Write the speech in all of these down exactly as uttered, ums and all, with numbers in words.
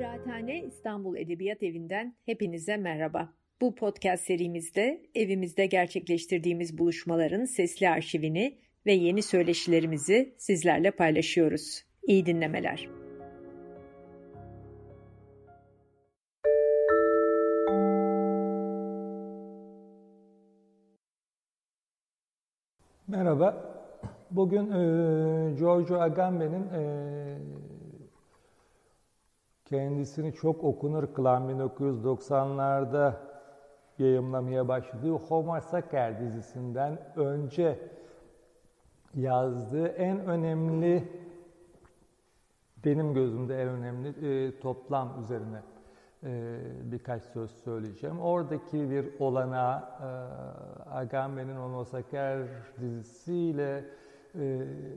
Kıraathane İstanbul Edebiyat Evi'nden hepinize merhaba. Bu podcast serimizde evimizde gerçekleştirdiğimiz buluşmaların sesli arşivini ve yeni söyleşilerimizi sizlerle paylaşıyoruz. İyi dinlemeler. Merhaba. Bugün e, Giorgio Agamben'in e, kendisini çok okunur kılan bin dokuz yüz doksanlarda yayımlamaya başladığı Homo Sacer dizisinden önce yazdığı en önemli, benim gözümde en önemli e, toplam üzerine e, birkaç söz söyleyeceğim. Oradaki bir olanağı e, Agamben'in Homo Sacer dizisiyle e,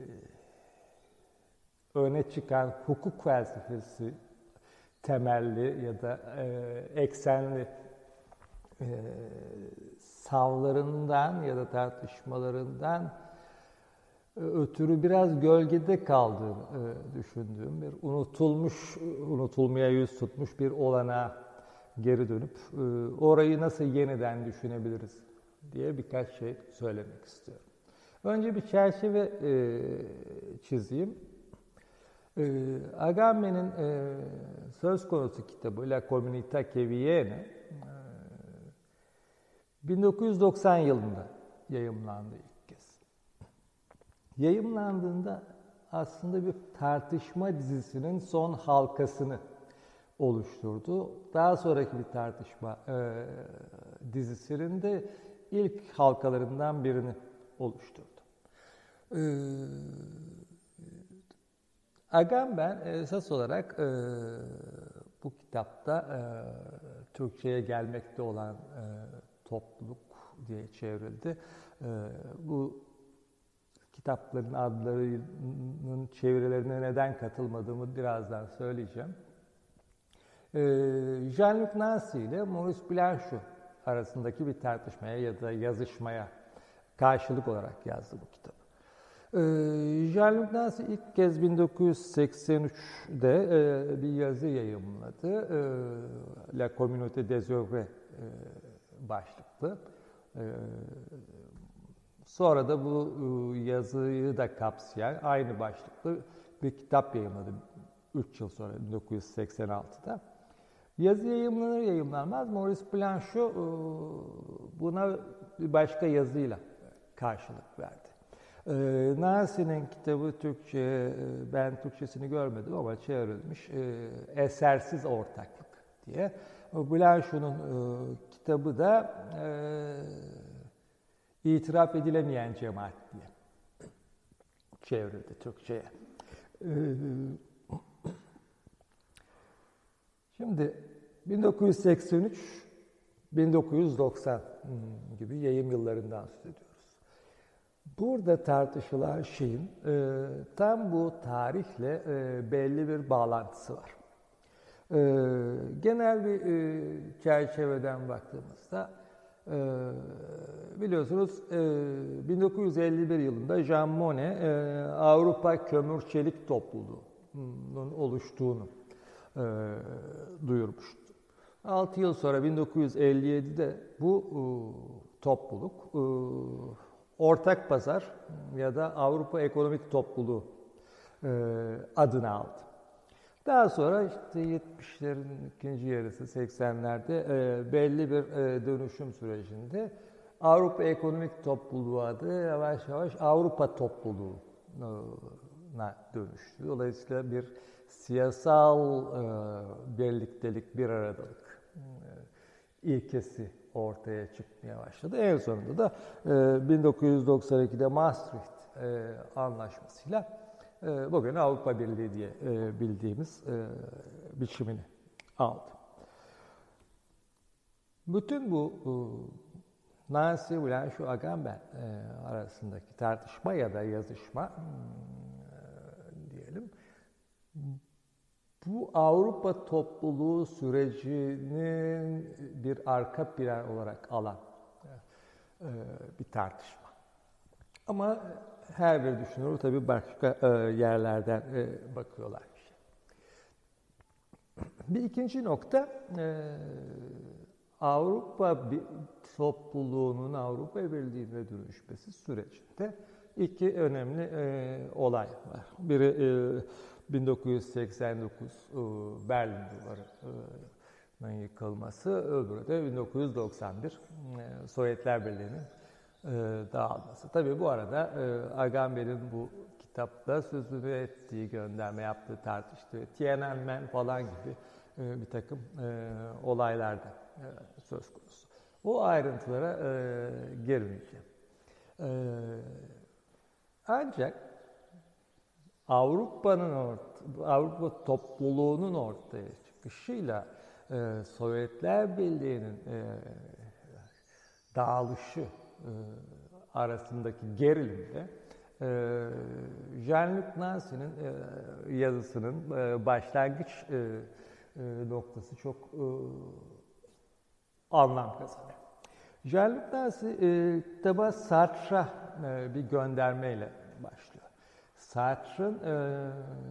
öne çıkan hukuk felsefesi temelli ya da e, eksenli e, savlarından ya da tartışmalarından e, ötürü biraz gölgede kaldığını e, düşündüğüm bir unutulmuş, unutulmaya yüz tutmuş bir olana geri dönüp e, orayı nasıl yeniden düşünebiliriz diye birkaç şey söylemek istiyorum. Önce bir çerçeve e, çizeyim. E, Agamben'in e, söz konusu kitabı La Comunità che viene e, bin dokuz yüz doksan yılında yayımlandı ilk kez. Yayımlandığında aslında bir tartışma dizisinin son halkasını oluşturdu. Daha sonraki bir tartışma e, dizisinin de ilk halkalarından birini oluşturdu. E, Agamben esas olarak e, bu kitapta e, Türkçe'ye gelmekte olan e, topluluk diye çevrildi. E, bu kitapların adlarının çevirilerine neden katılmadığımı birazdan söyleyeceğim. E, Jean-Luc Nancy ile Maurice Blanchot arasındaki bir tartışmaya ya da yazışmaya karşılık olarak yazdı bu kitabı. Jean-Luc Nancy ilk kez bin dokuz yüz seksen üçte e, bir yazı yayımladı. E, La Communauté des Œuvres e, başlıklı. E, sonra da bu e, yazıyı da kapsayan aynı başlıklı bir kitap yayımladı üç yıl sonra bin dokuz yüz seksen altıda. Yazı yayımlanır yayımlanmaz Maurice Blanchot e, buna bir başka yazıyla karşılık verdi. Ee, Nancy'nin kitabı Türkçe, ben Türkçesini görmedim ama çevrilmiş, e, Esersiz Ortaklık diye. Blanchot'un e, kitabı da e, İtiraf Edilemeyen Cemaat diye çevrildi Türkçe'ye. E, şimdi bin dokuz yüz seksen üç bin dokuz yüz doksan gibi yayım yıllarından söz ediyoruz. Burada tartışılan şeyin e, tam bu tarihle e, belli bir bağlantısı var. E, genel bir e, çerçeveden baktığımızda e, biliyorsunuz e, bin dokuz yüz elli bir yılında Jean Monnet e, Avrupa Kömür Çelik Topluluğu'nun oluştuğunu e, duyurmuştu. altı yıl sonra bin dokuz yüz elli yedide bu e, topluluk e, Ortak Pazar ya da Avrupa Ekonomik Topluluğu e, adını aldı. Daha sonra işte yetmişlerin ikinci yarısı seksenlerde e, belli bir e, dönüşüm sürecinde Avrupa Ekonomik Topluluğu adı yavaş yavaş Avrupa Topluluğu'na dönüştü. Dolayısıyla bir siyasal e, birliktelik, bir aradalık e, ilkesi ortaya çıkmaya başladı. En sonunda da e, bin dokuz yüz doksan ikide Maastricht e, Anlaşması'yla e, bugün Avrupa Birliği diye e, bildiğimiz e, biçimini aldı. Bütün bu e, Nancy, Blanchot, Agamben e, arasındaki tartışma ya da yazışma e, diyelim, bu Avrupa topluluğu sürecinin bir arka plan olarak alan e, bir tartışma. Ama her bir düşünür tabii başka e, yerlerden e, bakıyorlar. Bir ikinci nokta, e, Avrupa bir topluluğunun Avrupa Birliği'ne dönüşmesi sürecinde iki önemli e, olay var. Biri e, bin dokuz yüz seksen dokuz e, Berlin Duvarı'nın e, yıkılması, öbürü de bin dokuz yüz doksan bir e, Sovyetler Birliği'nin e, dağılması. Tabii bu arada e, Agamben'in bu kitapta sözünü ettiği, gönderme yaptığı, tartıştığı Tiananmen falan gibi e, bir takım e, olaylar da e, söz konusu. O ayrıntılara e, girmeyeceğim. E, ancak Avrupa'nın orta, Avrupa topluluğunun ortaya çıkışıyla e, Sovyetler Birliği'nin e, dağılışı e, arasındaki gerilimde e, Jean-Luc Nancy'nin e, yazısının e, başlangıç e, e, noktası çok e, anlam kazanıyor. Jean-Luc Nancy e, kitaba Sartre'a e, bir göndermeyle başlıyor. Sartre'ın e,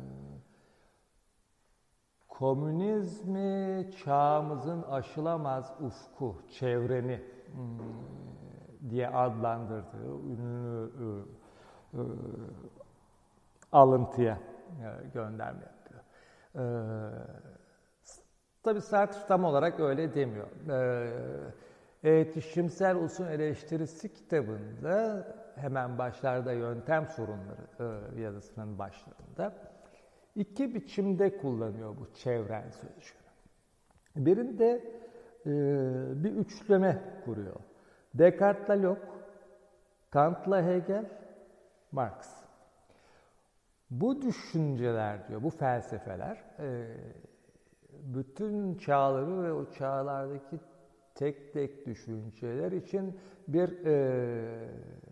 komünizmi çağımızın aşılamaz ufku, çevreni hmm, diye adlandırdığı ünlü e, e, alıntıya e, gönderme yapıyor. E, Tabii Sartre tam olarak öyle demiyor. E, Eğitimsel usul eleştirisi kitabında hemen başlarda yöntem sorunları e, yazısının başlarında iki biçimde kullanıyor bu çevren sözcüğünü. Birinde e, bir üçleme kuruyor. Descartes'la Locke, Kant'la Hegel, Marx. Bu düşünceler diyor, bu felsefeler e, bütün çağları ve o çağlardaki tek tek düşünceler için bir e,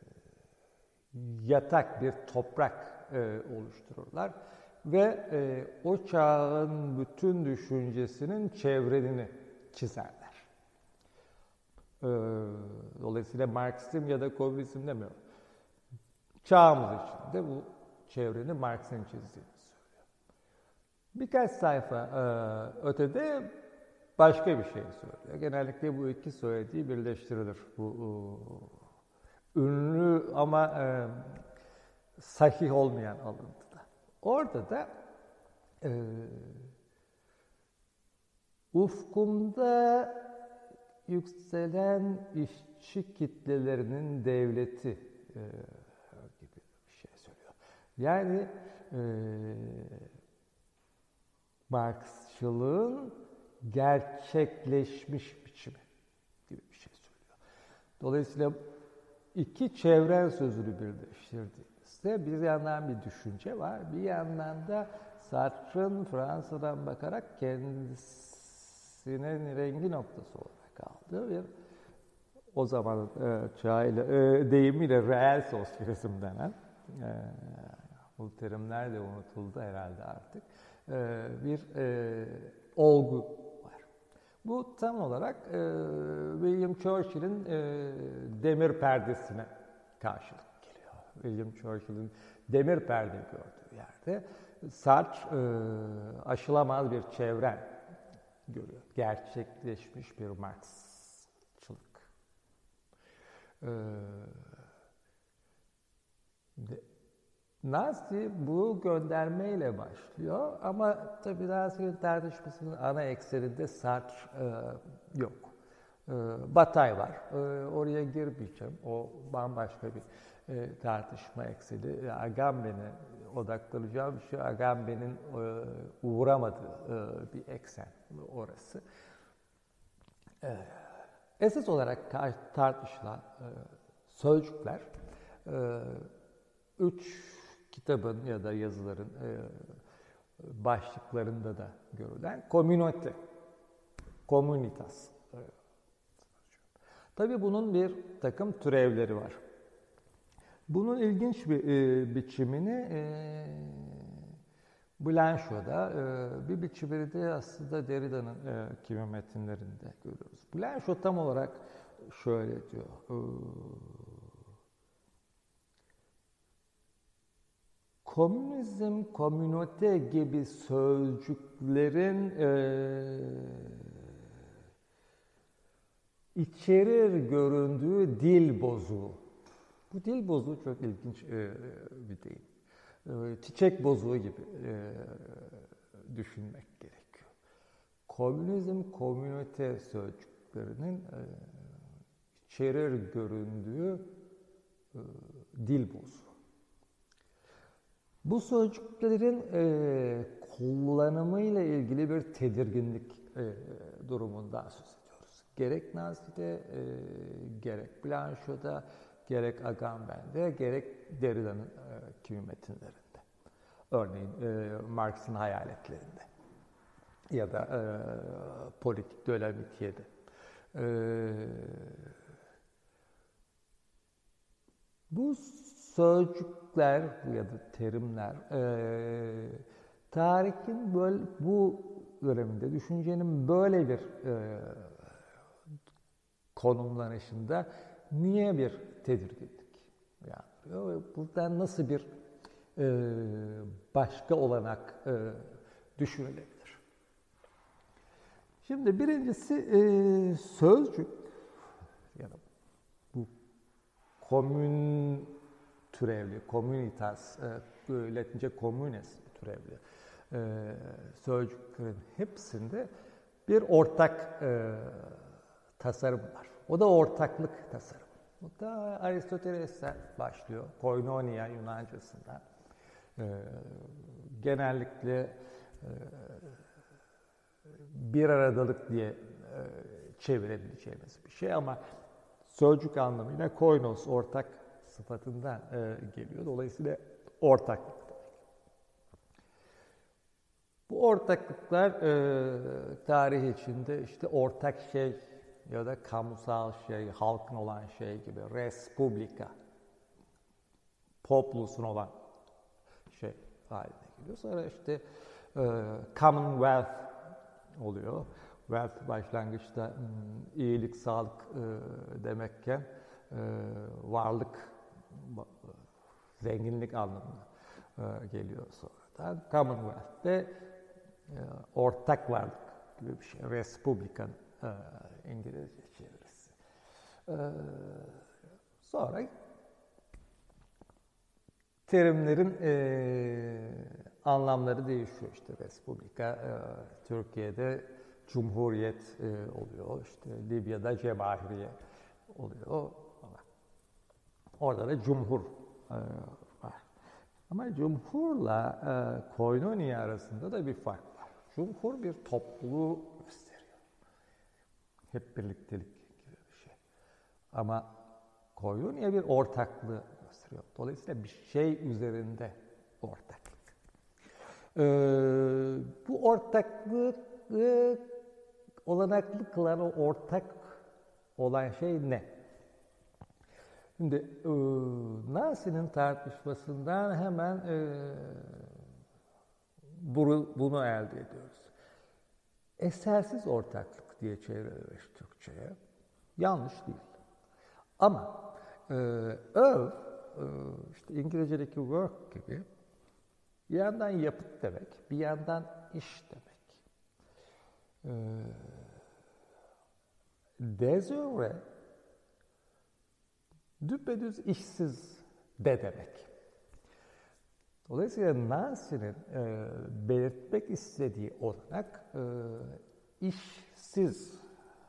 yatak, bir toprak e, oluştururlar. Ve e, o çağın bütün düşüncesinin çevrenini çizerler. E, dolayısıyla Marksizm ya da Komünizm demiyorum. Çağımız içinde bu çevrenin Marx'ın çizdiğini söylüyor. Birkaç sayfa e, ötede başka bir şey söylüyor. Genellikle bu iki söylediği birleştirilir. Bu e, ünlü ama e, sahih olmayan alıntıda. Orada da e, ufkumda yükselen işçi kitlelerinin devleti e, gibi bir şey söylüyor. Yani e, Marksçılığın gerçekleşmiş biçimi gibi bir şey söylüyor. Dolayısıyla iki çevren sözünü birleştirdiğimizde bir yandan bir düşünce var, bir yandan da Sartre'ın Fransa'dan bakarak kendisinin rengi noktası olarak aldığı bir o zaman e, çağıyla, e, deyimiyle reel sosyalizm denen e, bu terimler de unutuldu herhalde artık e, bir e, olgu var. Bu tam olarak e, William Churchill'in e, demir perdesine karşılık geliyor. William Churchill'in demir perde gördüğü yerde Sartre e, aşılamaz bir çevren görüyor. Gerçekleşmiş bir Marksçılık. E, de, Nazi bu göndermeyle başlıyor ama tabii Nazi'nin tartışmasının ana ekseninde Sartre e, yok. E, Bataille var. E, oraya girmeyeceğim. O bambaşka bir e, tartışma ekseni. Agamben'e odaklanacağım. Şu Agamben'in e, uğramadığı e, bir eksen orası. E, esas olarak tartışılan e, sözcükler e, üç kitabın ya da yazıların e, başlıklarında da görülen komünite, komünitas. E, Tabii bunun bir takım türevleri var. Bunun ilginç bir e, biçimini e, Blanchot'da, e, bir biçimini de aslında Derrida'nın e, kimi metinlerinde görüyoruz. Blanchot tam olarak şöyle diyor. E, komünizm, komünite gibi sözcüklerin e, içerir göründüğü dil bozuğu. Bu dil bozuğu çok ilginç e, bir deyim. E, çiçek bozuğu gibi e, düşünmek gerekiyor. Komünizm, komünite sözcüklerinin e, içerir göründüğü e, dil bozuğu. Bu sözcüklerin e, kullanımıyla ilgili bir tedirginlik e, durumundan söz ediyoruz. Gerek Nazi'de, e, gerek Blancho'da, gerek Agamben'de, gerek Derrida'nın e, kimi metinlerinde. Örneğin e, Marx'ın hayaletlerinde ya da e, politik de l'amitié'de. E, bu sözcükler ya da terimler e, tarihin böyle, bu döneminde düşüncenin böyle bir e, konumlanışında niye bir tedirginlik uyandırıyor ve buradan nasıl bir e, başka olanak e, düşünülebilir? Şimdi birincisi e, sözcük ya da bu komün türevli, communitas, e, Latince communes türevli e, sözcüklerin hepsinde bir ortak e, tasarım var. O da ortaklık tasarımı. Bu da Aristoteles'ten başlıyor. Koinonia Yunancasından. E, genellikle e, bir aradalık diye e, çevirebileceğimiz bir şey ama sözcük anlamıyla koinos, ortak sıfatından e, geliyor. Dolayısıyla ortaklık. Bu ortaklıklar e, tarih içinde işte ortak şey ya da kamusal şey, halkın olan şey gibi, res publica, populusun olan şey haline geliyor. Sonra işte e, commonwealth oluyor. Wealth başlangıçta m, iyilik, sağlık e, demekken e, varlık, zenginlik anlamına e, geliyor sonradan. Commonwealth de e, ortak varlık gibi bir şey. Respublikan e, İngilizce çevirisi. E, sonra terimlerin e, anlamları değişiyor. İşte Respublika, e, Türkiye'de Cumhuriyet e, oluyor. İşte Libya'da Cemahiriye oluyor. Orada da cumhur e, var. Ama cumhurla e, koinonia arasında da bir fark var. Cumhur bir topluluğu gösteriyor. Hep birliktelik gibi bir şey. Ama koinonia bir ortaklığı gösteriyor. Dolayısıyla bir şey üzerinde ortaklık. E, bu ortaklığı e, olanaklı kılan o ortak olan şey ne? Şimdi e, Nazi'nin tartışmasından hemen e, bunu, bunu elde ediyoruz. Esersiz ortaklık diye çevrilir Türkçe'ye. Yanlış değil. Ama e, öv, e, işte İngilizce'deki work gibi bir yandan yapıt demek, bir yandan iş demek. E, dezövre düpedüz işsiz de demek. Dolayısıyla Nazi'nin e, belirtmek istediği olanak e, işsiz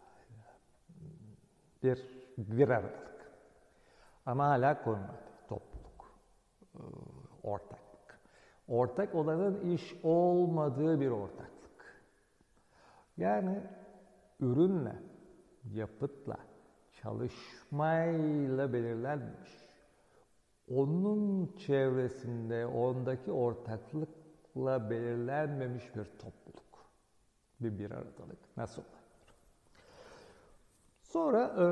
bir bir aralık. Ama hala konumadı. Topluluk, e, ortaklık. Ortak olanın iş olmadığı bir ortaklık. Yani ürünle, yapıtla, çalışmayla belirlenmiş. Onun çevresinde, ondaki ortaklıkla belirlenmemiş bir topluluk. Bir bir aradalık. Nasıl olabilir? Sonra e,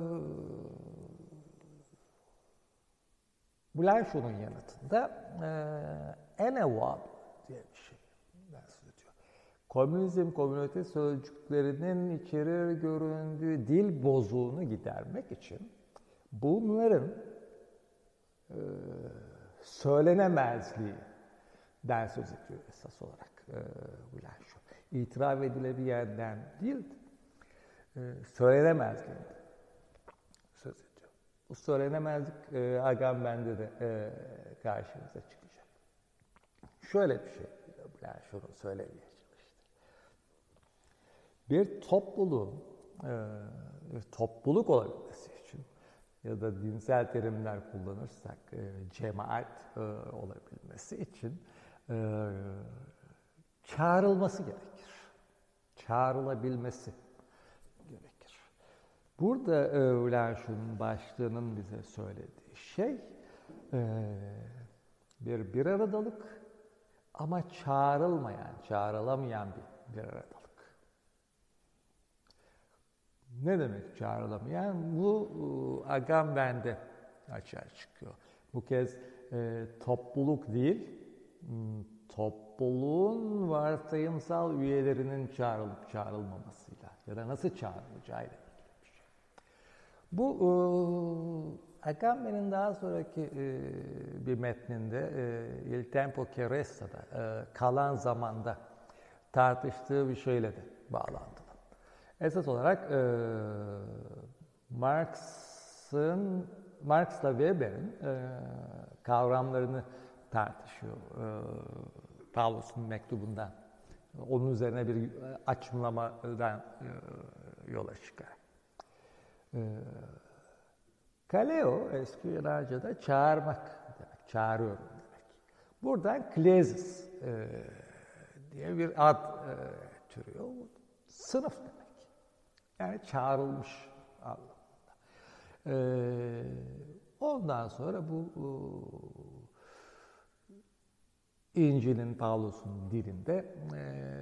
Blancho'nun yanıtında e, Enewab diye bir şey bahsediyor. Komünizm, komünite sözcüklerinin içerir göründüğü dil bozuğunu gidermek için bunların e, söylenemezliğinden söz ediyor esas olarak e, Blanchot. İtiraf edilebilenden değil, e, söylenemezliğinden söz ediyor. Bu söylenemezlik e, Agamben'de de e, karşımıza çıkacak. Şöyle bir şey Blanchot'un söylemeye çalıştı. Bir topluluğun e, bir topluluk olabilmesi için ya da dinsel terimler kullanırsak e, cemaat e, olabilmesi için e, çağrılması gerekir. Çağrılabilmesi gerekir. Burada e, Blanchot'un başlığının bize söylediği şey e, bir bir aradalık ama çağrılmayan, çağrılamayan bir bir aradalık. Ne demek çağrılamayan? Bu Agamben'de açığa çıkıyor. Bu kez e, topluluk değil, topluluğun varsayımsal üyelerinin çağrılıp çağrılmamasıyla ya da nasıl çağrılacağıyla ilgili bir şey. Bu e, Agamben'in daha sonraki e, bir metninde e, Il Tempo che Resta'da e, kalan zamanda tartıştığı bir şeyle de bağlantılı. Esas olarak e, Marx'ın, Marx'la Weber'in e, kavramlarını tartışıyor. E, Paulus'un mektubundan. Onun üzerine bir açımlamadan e, yola çıkar. E, kaleo eski Yunanca'da çağırmak demek, çağırıyorum demek. Buradan klesis e, diye bir ad e, türüyor. Sınıf demek. Yani çağrılmış anlamında. Ee, ondan sonra bu, bu İncil'in, Paulus'un dilinde e,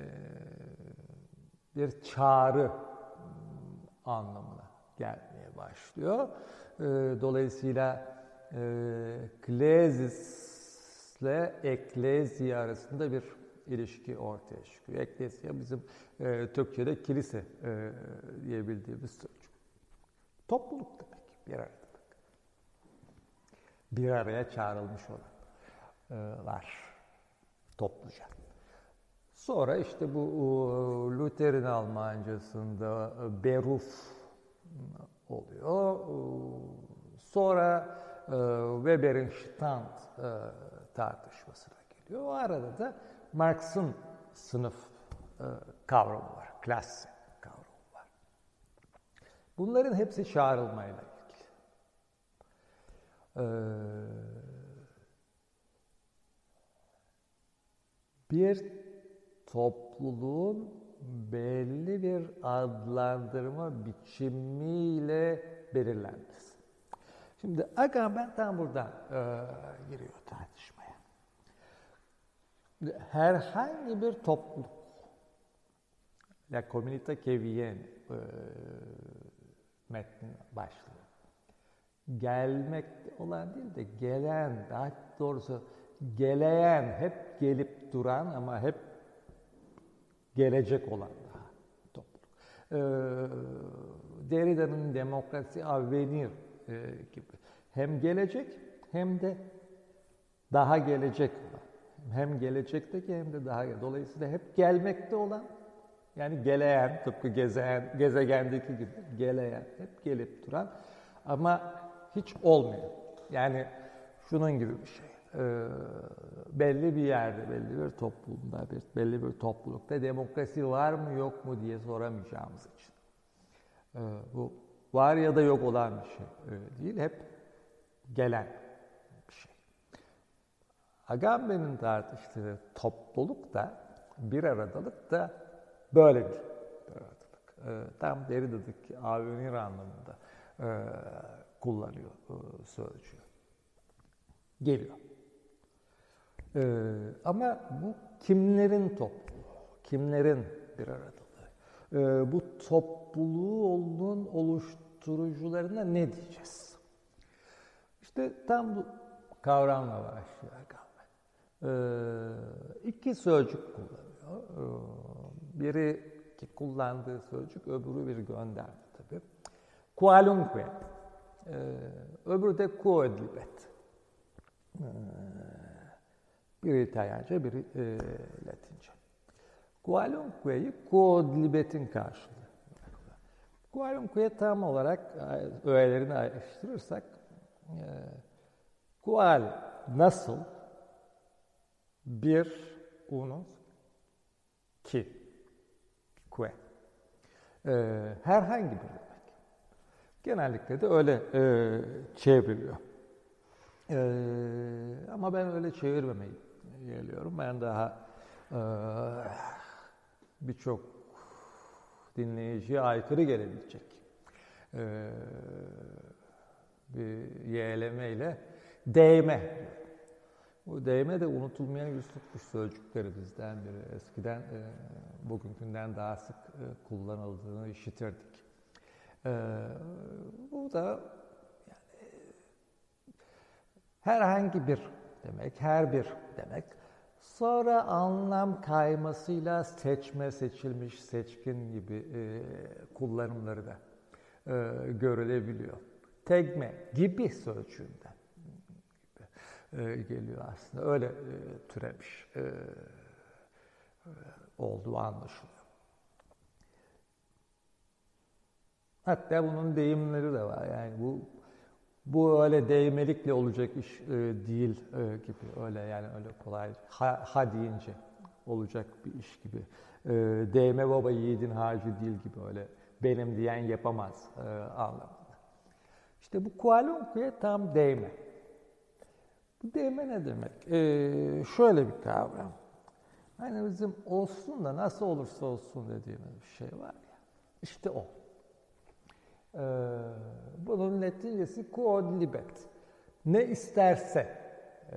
bir çağrı anlamına gelmeye başlıyor. E, dolayısıyla e, klezisle eklezya arasında bir ilişki ortaya çıkıyor. Eklezya bizim e, Türkçe'de kilise e, diyebildiğimiz sözcük. Topluluk demek, bir aradalık. Bir araya çağrılmış olanlar topluca. Sonra işte bu Luther'in Almancasında Beruf oluyor. Sonra Weber'in Stand tartışmasına geliyor. O arada da Marx'ın sınıf e, kavramı var, klas kavramı var. Bunların hepsi çağrılmayla ilgili. Ee, bir topluluğun belli bir adlandırma biçimiyle belirlenmesi. Şimdi Agamben tam buradan e, giriyor tartışmaya. Herhangi bir topluluk, La Comunità che viene e, metnin başlığı. Gelmekte olan değil de gelen, daha doğrusu geleyen, hep gelip duran ama hep gelecek olan daha topluluk. E, Derrida'nın demokrasi avenir e, gibi. Hem gelecek hem de daha gelecek olan. Hem gelecekteki hem de daha dolayısıyla hep gelmekte olan, yani geleyen, tıpkı gezeyen, gezegendeki gibi geleyen, hep gelip duran ama hiç olmuyor. Yani şunun gibi bir şey. Ee, belli bir yerde, belli bir toplumda, bir, belli bir toplulukta demokrasi var mı yok mu diye soramayacağımız için. Ee, bu var ya da yok olan bir şey ee, değil, hep gelen bir şey. Agamben'in tartıştığı topluluk da, bir aradalık da böyle bir aradalık. Ee, tam Derrida'daki avenir anlamında e, kullanıyor e, sözcüğü. Geliyor. Ee, ama bu kimlerin topluluğu, kimlerin bir aradalığı? Ee, bu topluluğun oluşturucularına ne diyeceğiz? İşte tam bu kavramla başlıyor Agamben. Ee, iki sözcük kullanıyor. Ee, biri ki kullandığı sözcük, öbürü bir gönderme tabii. Qualunque, ee, öbürü de quodlibet. Ee, Biri İtalyanca, biri e, Latince. Qualunque'yi quodlibet'in karşılığı. Qualunque tam olarak öğelerini ayrıştırırsak, e, qual nasıl, bir, uno, ki, que. E, herhangi bir demek. Genellikle de öyle e, çevriliyor. E, ama ben öyle çevirmemeyi geliyorum. Ben daha e, birçok dinleyiciye aykırı gelebilecek e, bir yeğlemeyle değme. Bu değme de unutulmayan yüz tutmuş sözcüklerimizden biri. Eskiden e, bugünkünden daha sık e, kullanıldığını işitirdik. E, bu da yani, herhangi bir demek, her bir demek. Sonra anlam kaymasıyla seçme, seçilmiş, seçkin gibi e, kullanımları da e, görülebiliyor. Tegme gibi sözcüğünden e, geliyor aslında. Öyle e, türemiş e, e, olduğu anlaşılıyor. Hatta bunun deyimleri de var. Yani bu bu öyle değmelikle olacak iş e, değil e, gibi. Öyle yani öyle kolay. Ha, ha deyince olacak bir iş gibi. E, değme baba yiğidin harcı değil gibi öyle. Benim diyen yapamaz e, anlamında. İşte bu qualunque tam değme. Bu değme ne demek? E, şöyle bir kavram. Hani bizim olsun da nasıl olursa olsun dediğimiz bir şey var ya. İşte o. Ee, bunun Latincesi quodlibet. Ne isterse e,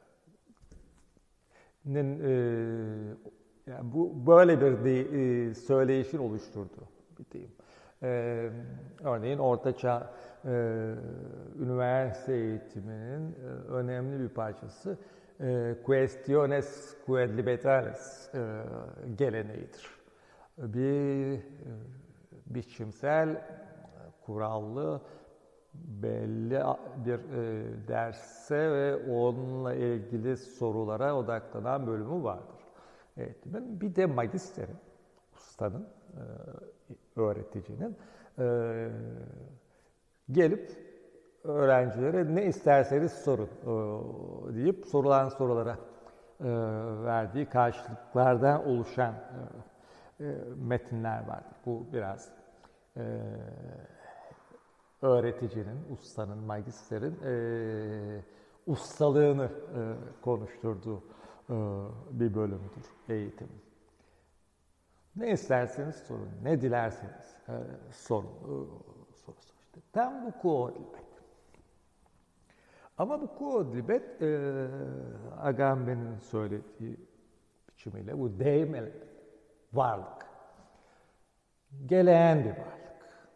e, yani bu böyle bir de, e, söyleyişin oluşturduğu bir deyim. Ee, örneğin Ortaçağ e, üniversite eğitiminin e, önemli bir parçası e, questiones quodlibetales e, geleneğidir. Bir e, biçimsel, kurallı, belli bir e, derse ve onunla ilgili sorulara odaklanan bölümü vardır. Eğitimin. Bir de magisterin, ustanın, e, öğreticinin e, gelip öğrencilere ne isterseniz sorun e, deyip sorulan sorulara e, verdiği karşılıklardan oluşan e, e, metinler vardır. Bu biraz e, öğreticinin, ustanın, magisterin e, ustalığını e, konuşturduğu e, bir bölümdür eğitim. Ne isterseniz sorun, ne dilerseniz e, sorun e, sorusu işte. Tam bu quodlibet. Ama bu quodlibet e, Agamben'in söylediği biçimiyle bu değme varlık. Geleğen bir varlık.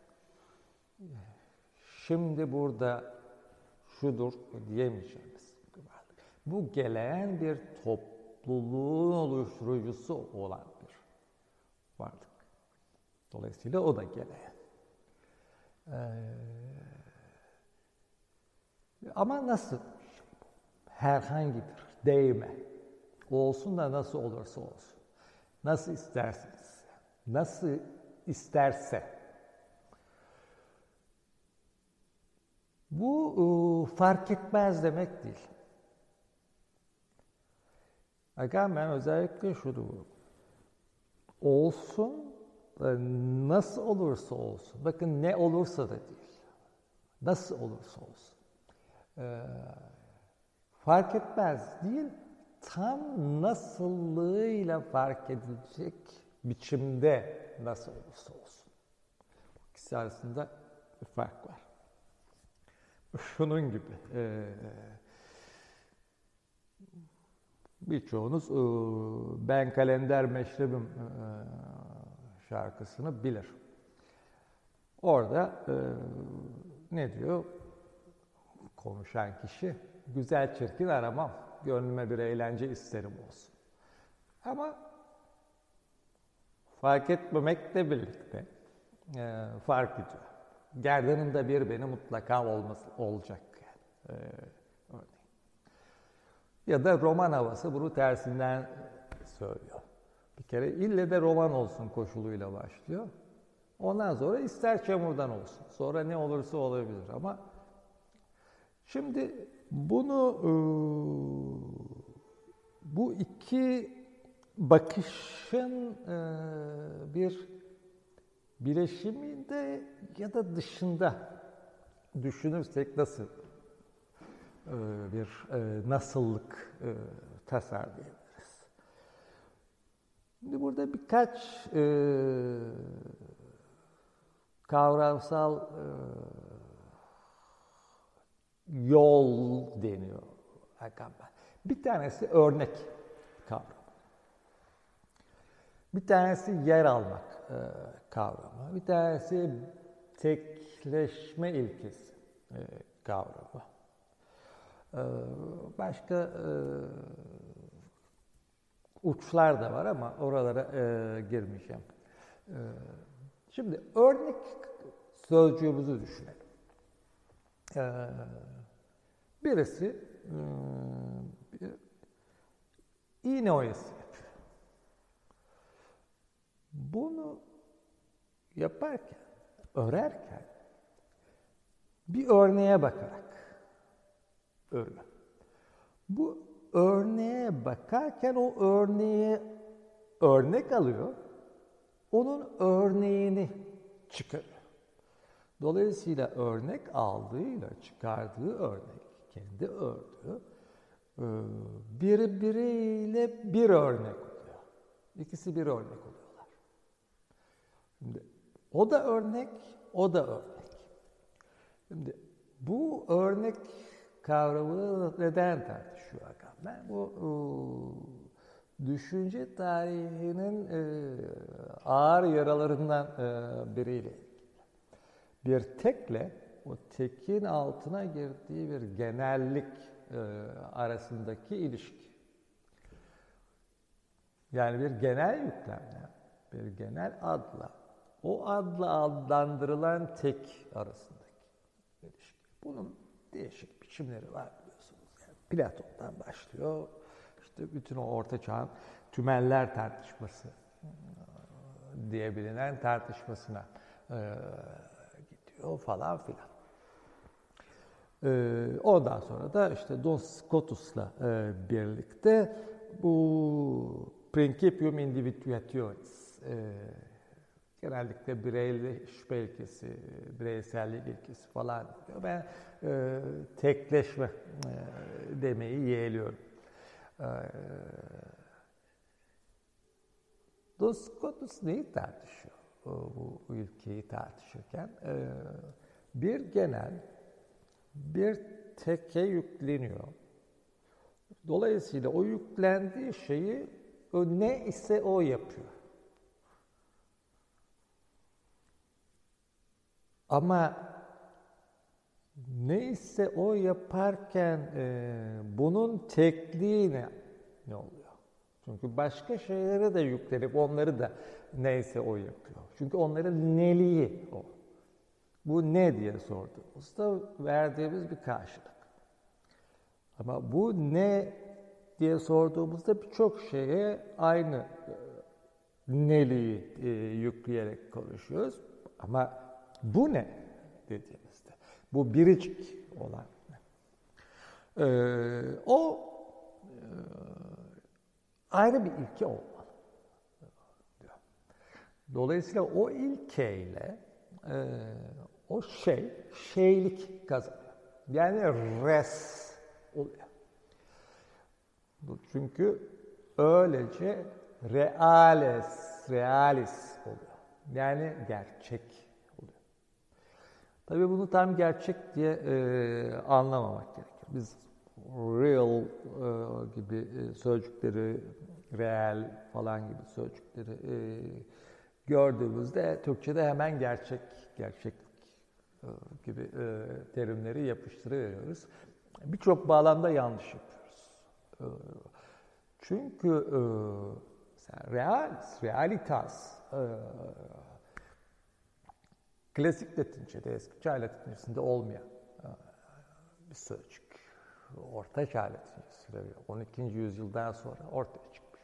Şimdi burada şudur diyemeyeceğimiz bir varlık. Bu geleğen bir topluluğun oluşturucusu olan bir varlık. Dolayısıyla o da geleğen. Ee, ama nasıl? Herhangi bir değme. Olsun da nasıl olursa olsun. Nasıl isterseniz. Nasıl isterse. Bu e, fark etmez demek değil. Agamben özellikle şudur. Olsun, nasıl olursa olsun. Bakın ne olursa da değil. Nasıl olursa olsun. E, fark etmez değil, tam nasıllığıyla fark edilecek biçimde nasıl olursa olsun. İkisi arasında bir fark var. Şunun gibi, e, birçoğunuz e, Ben Kalender Meşrebim e, şarkısını bilir. Orada e, ne diyor konuşan kişi? Güzel çirkin aramam, gönlüme bir eğlence isterim olsun. Ama fark etmemekle birlikte e, fark ediyor. Gerdanında bir beni mutlaka olması olacak yani. Ee, örneğin. Ya da roman havası bunu tersinden söylüyor. Bir kere ille de roman olsun koşuluyla başlıyor. Ondan sonra ister çamurdan olsun. Sonra ne olursa olabilir ama şimdi bunu bu iki bakışın bir bileşiminde ya da dışında düşünürsek nasıl bir nasıllık tasarlayabiliriz? Şimdi burada birkaç kavramsal yol deniyor Hakan Bey. Bir tanesi örnek kavramı. Bir tanesi yer almak e, kavramı. Bir tanesi tekleşme ilkesi e, kavramı. E, başka e, uçlar da var ama oralara e, girmeyeceğim. E, şimdi örnek sözcüğümüzü düşünelim. E, birisi e, iğne oyası yapıyor. Bunu yaparken, örerken bir örneğe bakarak örüyor. Bu örneğe bakarken o örneğe örnek alıyor, onun örneğini çıkarıyor. Dolayısıyla örnek aldığıyla çıkardığı örnek, kendi ördüğü birbiriyle bir örnek oluyor. İkisi bir örnek oluyorlar. Şimdi o da örnek, o da örnek. Şimdi bu örnek kavramını neden tartışıyor Hakan? Ben bu e, düşünce tarihinin e, ağır yaralarından e, biriyle ilgili. Bir tekle o tekin altına girdiği bir genellik e, arasındaki ilişki. Yani bir genel yüklemle, bir genel adla, o adla adlandırılan tek arasındaki ilişki. Bunun değişik biçimleri var biliyorsunuz. Yani Platon'dan başlıyor, işte bütün o Orta Çağ'ın tümeller tartışması diye bilinen tartışmasına e, gidiyor falan filan. E, ondan sonra da işte Duns Scotus'la e, birlikte bu Principium Individuationis, e, genellikle bireyleşme ilkesi, bireysellik ilkesi falan diyor. Ben e, tekleşme e, demeyi yeğliyorum. E, Duns Scotus neyi tartışıyor? Bu ülkeyi tartışırken e, bir genel bir teke yükleniyor. Dolayısıyla o yüklendiği şeyi o ne ise o yapıyor. Ama ne ise o yaparken e, bunun tekliği ne, ne oluyor? Çünkü başka şeylere de yüklenip onları da neyse o yapıyor. Çünkü onların neliği o. Bu ne diye sorduğumuzda verdiğimiz bir karşılık. Ama bu ne diye sorduğumuzda birçok şeye aynı e, neliği e, yükleyerek konuşuyoruz. Ama bu ne dediğimizde, bu biricik olan ne? Ee, o e, ayrı bir ilke olmalı. Dolayısıyla o ilkeyle e, o şey, şeylik kazanıyor. Yani res oluyor. Çünkü öylece reales, realis oluyor. Yani gerçek oluyor. Tabii bunu tam gerçek diye e, anlamamak gerekir. Biz real e, gibi e, sözcükleri, real falan gibi sözcükleri e, gördüğümüzde Türkçe'de hemen gerçek, gerçeklik e, gibi e, terimleri yapıştırıyoruz. Birçok bağlamda yanlış yapıyoruz. E, çünkü e, realis, realitas, e, klasik Latince'de, eski Çağ Latincesinde olmayan e, bir sözcük. Orta Çağ Latincesi, on ikinci yüzyıldan sonra ortaya çıkmış.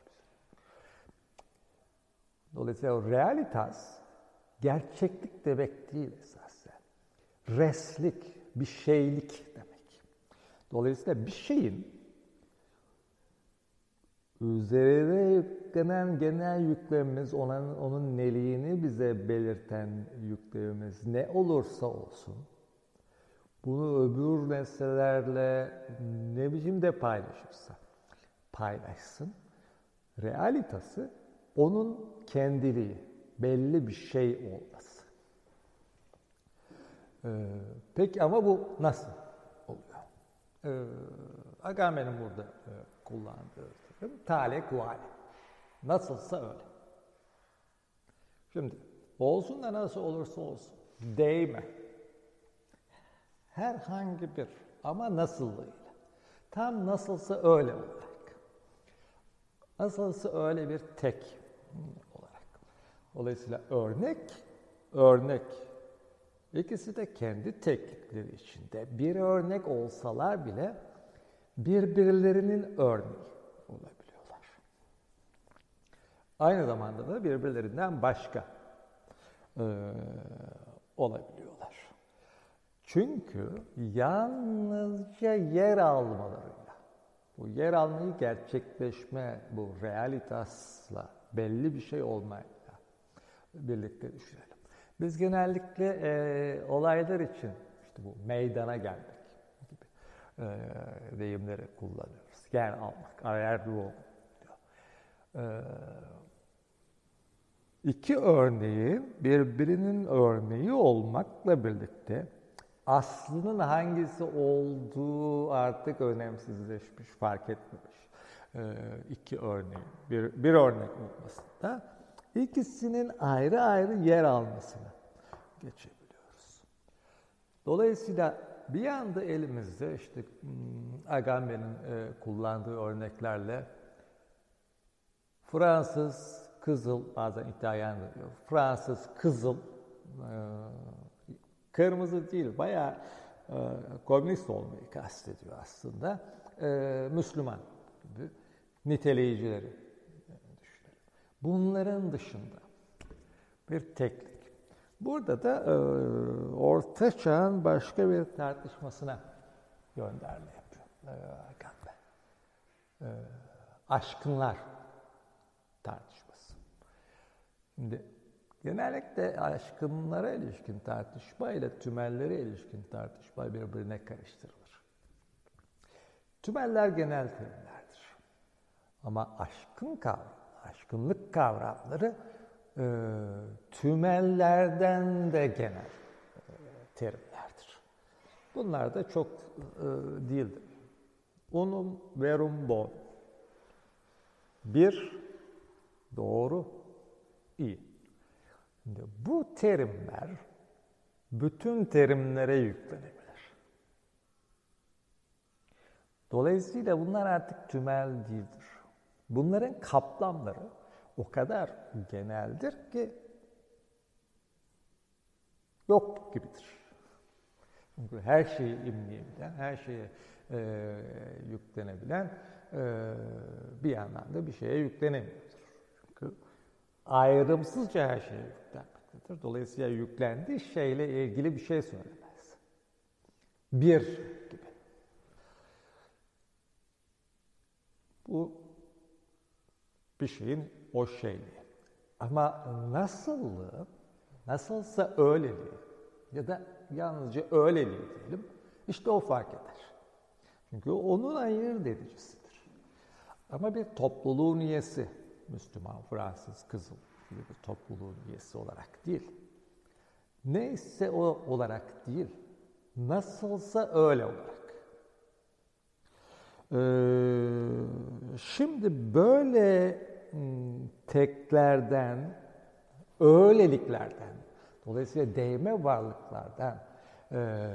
Dolayısıyla o realitas gerçeklik demek değil esasen. Reslik, bir şeylik demek. Dolayısıyla bir şeyin üzerine yüklenen genel yüklemimiz, onun, onun neliğini bize belirten yüklemimiz ne olursa olsun, bunu öbür nesnelerle ne biçimde paylaşırsa paylaşsın, realitası onun kendiliği, belli bir şey olması. Ee, peki ama bu nasıl oluyor? Ee, Agamben'in burada e, kullandığı terim tale kuale. Nasılsa öyle. Şimdi olsun da nasıl olursa olsun değme. Herhangi bir ama nasıllığıyla. Tam nasılsa öyle olarak. Nasılsa öyle bir tek olarak. Dolayısıyla örnek, örnek. İkisi de kendi teklikleri içinde. Bir örnek olsalar bile birbirlerinin örneği olabiliyorlar. Aynı zamanda da birbirlerinden başka e, olabiliyorlar. Çünkü yalnızca yer almalarıyla, bu yer almayı gerçekleşme, bu realitasla, belli bir şey olmayla birlikte düşünelim. Biz genellikle e, olaylar için işte bu meydana gelmek gibi e, deyimleri kullanıyoruz. Yer almak, ayerluğu. E, iki örneğin birbirinin örneği olmakla birlikte aslının hangisi olduğu artık önemsizleşmiş, fark etmemiş. Ee, iki örneğin, bir, bir örnek olmasında ikisinin ayrı ayrı yer almasını geçebiliyoruz. Dolayısıyla bir yanda elimizde işte Agamben'in e, kullandığı örneklerle Fransız kızıl, bazen İtalyan diyor, Fransız kızıl, e, kırmızı değil, bayağı e, komünist olmayı kastediyor aslında. E, Müslüman gibi niteleyicileri e, düşünelim. Bunların dışında bir teklik. Burada da e, Orta Çağ'ın başka bir tartışmasına gönderme yapıyor e, Agamben. E, aşkınlar tartışması. Şimdi genellikle aşkınlara ilişkin tartışma ile tümellere ilişkin tartışma birbirine karıştırılır. Tümeller genel terimlerdir. Ama aşkın kavramı, aşkınlık kavramları e, tümellerden de genel e, terimlerdir. Bunlar da çok e, değildir. Unum verum bon. Bir, doğru, iyi. Şimdi bu terimler bütün terimlere yüklenebilir. Dolayısıyla bunlar artık tümel değildir. Bunların kaplamları o kadar geneldir ki yok gibidir. Çünkü her şeyi imleyebilen, her şeye e, yüklenebilen e, bir yandan da bir şeye yüklenemiyordur. Çünkü ayrımsızca her şeye yüklenmektedir. Dolayısıyla yüklendiği şeyle ilgili bir şey söylemez. Bir gibi. Bu bir şeyin o şeyliği. Ama nasıllığı, nasılsa öyleliği ya da yalnızca öyleliği diyelim, işte o fark eder. Çünkü onun ayırt edicisidir. Ama bir topluluğun üyesi, Müslüman, Fransız, Kızıl gibi bir topluluğun üyesi olarak değil. Neyse o olarak değil, nasılsa öyle olarak. Ee, şimdi böyle teklerden, öyleliklerden, dolayısıyla değme varlıklardan e,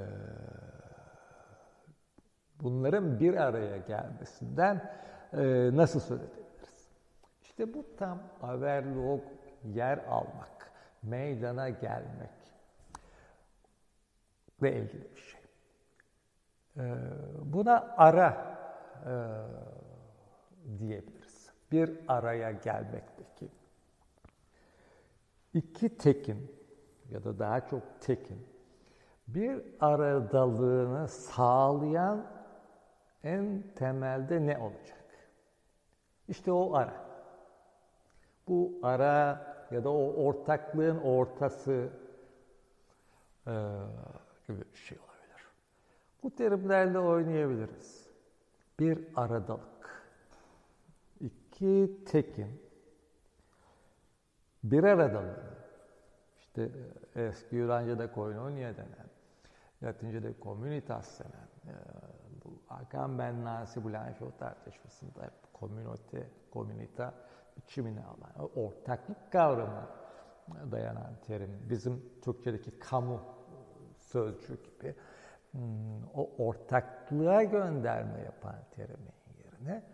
bunların bir araya gelmesinden e, nasıl söz edebiliriz? İşte bu tam averlog, yer almak, meydana gelmek ile ilgili bir şey. Ee, buna ara e, diyebiliriz. Bir araya gelmekteki iki tekin ya da daha çok tekin bir aradalığını sağlayan en temelde ne olacak? İşte o ara. Bu ara ya da o ortaklığın ortası e, gibi bir şey olabilir. Bu terimlerle oynayabiliriz. Bir aradalık. İki tekin bir aradalığı. İşte eski Yunanca'da koinonia denen, Latince'de communitas denen, bu Hakan Ben Nasi Blanchot tartışmasında hep komünite, komünita biçimini alan, ortaklık kavramına dayanan terim. Bizim Türkçedeki kamu sözcüğü gibi o ortaklığa gönderme yapan terimin yerine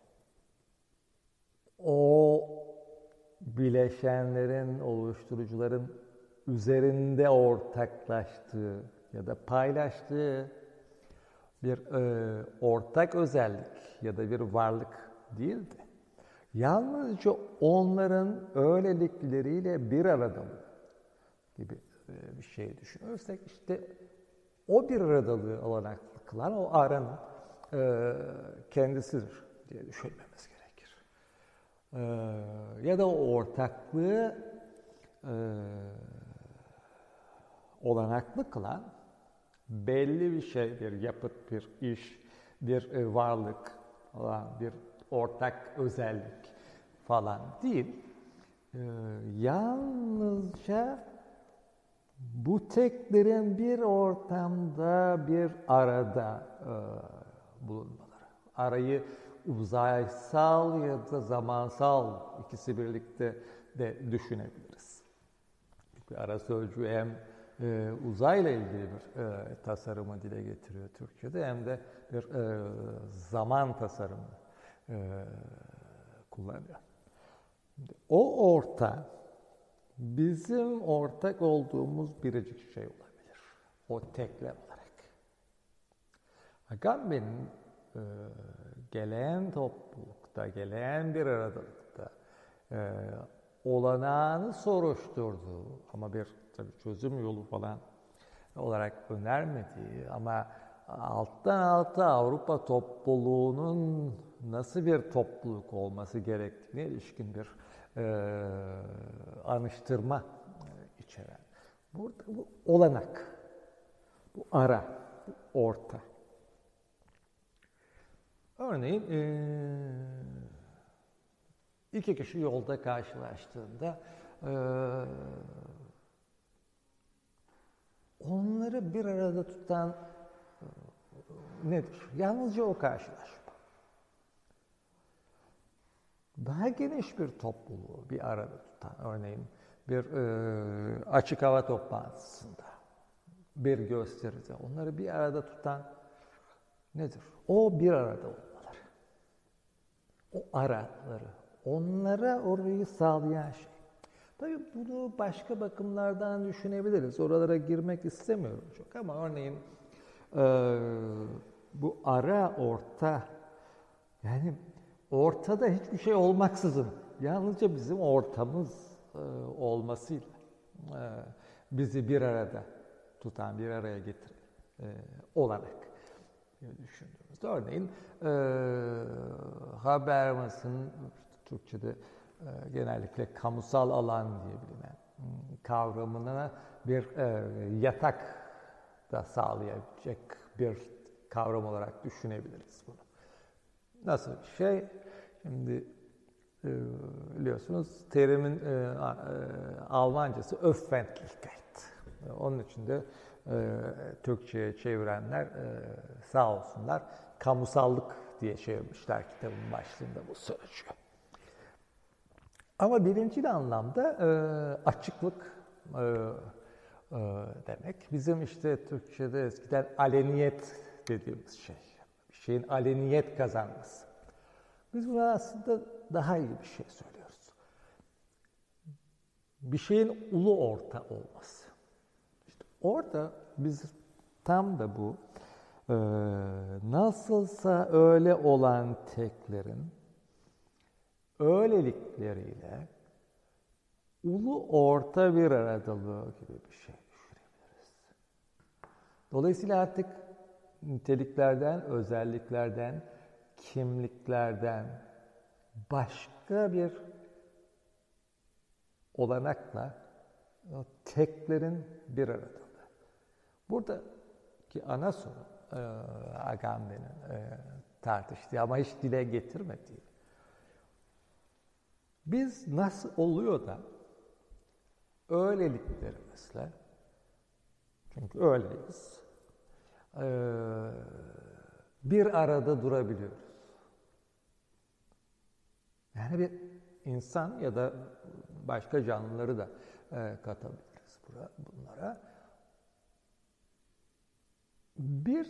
o bileşenlerin, oluşturucuların üzerinde ortaklaştığı ya da paylaştığı bir e, ortak özellik ya da bir varlık değildi. Yalnızca onların öylelikleriyle bir aradalığı gibi e, bir şey düşünürsek işte o bir aradalığı olanaklı kılan o aranın e, kendisidir diye düşünmemiz gerekir. E, ya da o ortaklığı e, olanaklı kılan belli bir şey, bir yapıt, bir iş, bir e, varlık olan bir ortak özellik falan değil. E, yalnızca bu teklerin bir ortamda, bir arada e, bulunmaları. Arayı uzaysal ya da zamansal ikisi birlikte de düşünebiliriz. Çünkü ara sözcüğü hem e, uzayla ilgili bir e, tasarımı dile getiriyor Türkçe'de hem de bir e, zaman tasarımı e, kullanıyor. O orta bizim ortak olduğumuz biricik şey olabilir. O teklem olarak. Agamben'in e, gelen toplulukta, gelen bir aradalıkta e, olanağını soruşturduğu ama bir tabii çözüm yolu falan olarak önermediği ama alttan alta Avrupa topluluğunun nasıl bir topluluk olması gerektiğine ilişkin bir e, anıştırma e, içeren. Burada bu olanak, bu ara, bu orta. Örneğin e, iki kişi yolda karşılaştığında e, onları bir arada tutan e, nedir? Yalnızca o karşılaşma. Daha geniş bir topluluğu bir arada tutan, örneğin bir e, açık hava toplantısında, bir gösteride onları bir arada tutan nedir? O bir arada olmaları. O araları, onlara orayı sağlayan şey. Tabii bunu başka bakımlardan düşünebiliriz. Oralara girmek istemiyorum çok ama örneğin e, bu ara, orta, yani ortada hiçbir şey olmaksızın, yalnızca bizim ortamız e, olmasıyla e, bizi bir arada tutan, bir araya getiren e, olarak düşündüğümüzde. Örneğin e, Habermas'ın Türkçe'de e, genellikle kamusal alan diye bilinen kavramına bir e, yatak da sağlayabilecek bir kavram olarak düşünebiliriz bunu. Nasıl bir şey? Şimdi e, biliyorsunuz terimin e, e, Almancası Öffentlichkeit. Onun için de e, Türkçe'ye çevirenler e, sağ olsunlar kamusallık diye çevirmişler kitabın başlığında bu sözcüğü. Ama birincil anlamda e, açıklık e, e, demek. Bizim işte Türkçe'de eskiden aleniyet dediğimiz şey. Bir şeyin aleniyet kazanması. Biz buna aslında daha iyi bir şey söylüyoruz. Bir şeyin ulu orta olması. İşte orada biz tam da bu Ee, nasılsa öyle olan teklerin öylelikleriyle ulu orta bir aradalığı gibi bir şey düşünebiliriz. Dolayısıyla artık niteliklerden, özelliklerden, kimliklerden başka bir olanakla o teklerin bir aradalığı. Buradaki ana soru e, Agamben'in e, tartıştığı ama hiç dile getirmediği. Biz nasıl oluyor da öyleliklerimizle, çünkü öyleyiz, e, bir arada durabiliyoruz. Yani bir insan ya da başka canlıları da e, katabiliriz bunlara. Bir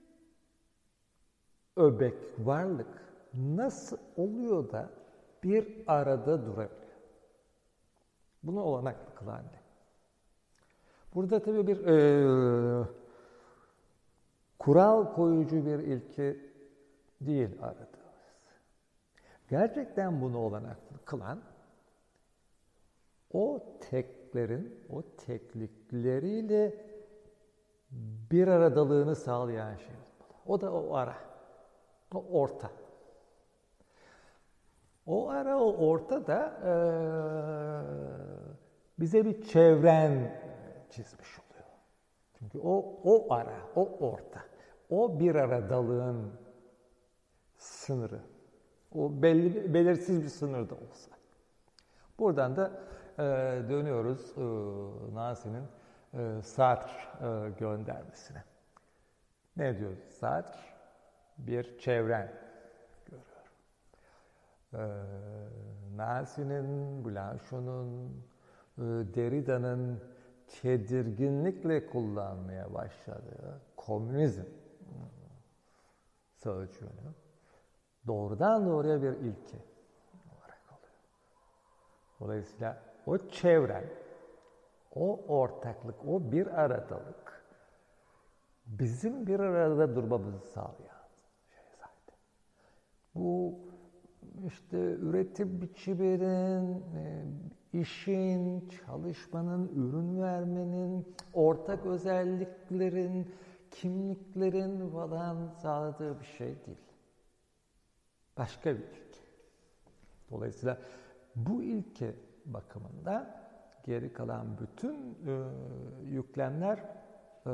öbek varlık nasıl oluyor da bir arada durabiliyor? Bunu olanaklı kılan ne? Burada tabii bir e, kural koyucu bir ilke değil aradığımız. Gerçekten bunu olanaklı kılan o teklerin, o teklikleriyle bir aradalığını sağlayan şey olmalı. O da o ara, o orta. O ara, o orta da e, bize bir çevren çizmiş oluyor. Çünkü o, o ara, o orta, o bir aradalığın sınırı. O belli, belirsiz bir sınır da olsa. Buradan da e, dönüyoruz e, Nancy'nin e, Sartre e, göndermesine. Ne diyor Sartre? Bir çevren görüyor. E, Nancy'nin, Blanchot'un, e, Derrida'nın tedirginlikle kullanmaya başladığı komünizm sözcüğünü doğrudan doğruya bir ilke olarak alıyor. Dolayısıyla o çevren, o ortaklık, o bir aradalık bizim bir arada durmamızı sağlayan şey zaten. Bu işte üretim biçiminin, işin, çalışmanın, ürün vermenin, ortak özelliklerin, kimliklerin falan sağladığı bir şey değil. Başka bir ilke. Dolayısıyla bu ilke bakımından geri kalan bütün e, yüklemler e,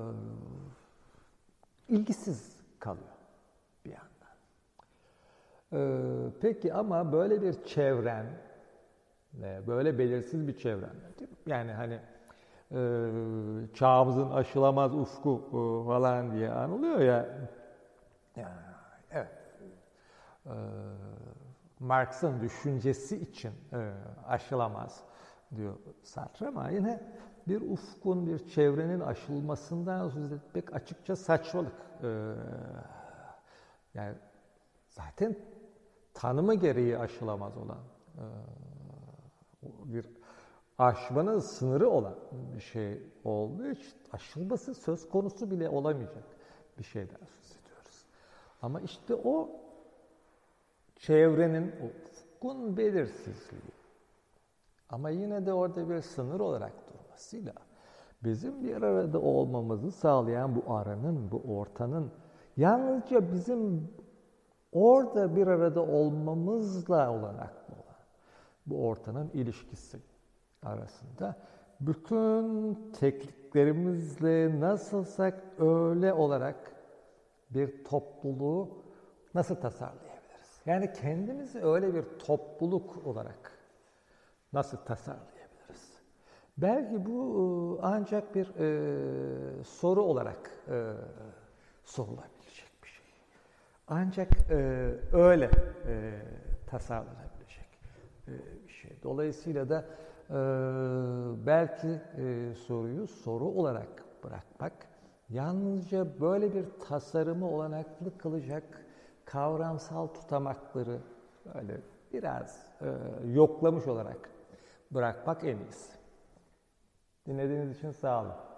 ilgisiz kalıyor bir yandan. E, peki ama böyle bir çevren, böyle belirsiz bir çevren, değil mi? Yani hani e, çağımızın aşılamaz ufku e, falan diye anılıyor ya. Yani, evet. E, Marx'ın düşüncesi için e, aşılamaz diyor Sartre ama yine bir ufkun, bir çevrenin aşılmasından söz etmek açıkça saçmalık. E, yani zaten tanımı gereği aşılamaz olan, e, bir aşmanın sınırı olan bir şey olduğu için aşılması söz konusu bile olamayacak bir şeyden söz ediyoruz. Ama işte o çevrenin, o ufkun belirsizliği ama yine de orada bir sınır olarak durmasıyla bizim bir arada olmamızı sağlayan bu aranın, bu ortanın yalnızca bizim orada bir arada olmamızla olanaklı olan bu ortanın ilişkisi arasında bütün tekniklerimizle nasılsak öyle olarak bir topluluğu nasıl tasarlayabiliriz? Yani kendimizi öyle bir topluluk olarak nasıl tasarlayabiliriz? Belki bu ancak bir e, soru olarak e, sorulabilecek bir şey. Ancak e, öyle e, tasarlanabilecek e, bir şey. Dolayısıyla da e, belki e, soruyu soru olarak bırakmak, yalnızca böyle bir tasarımı olanaklı kılacak kavramsal tutamakları böyle biraz e, yoklamış olarak bırakmak en iyisi. Dinlediğiniz için sağ olun.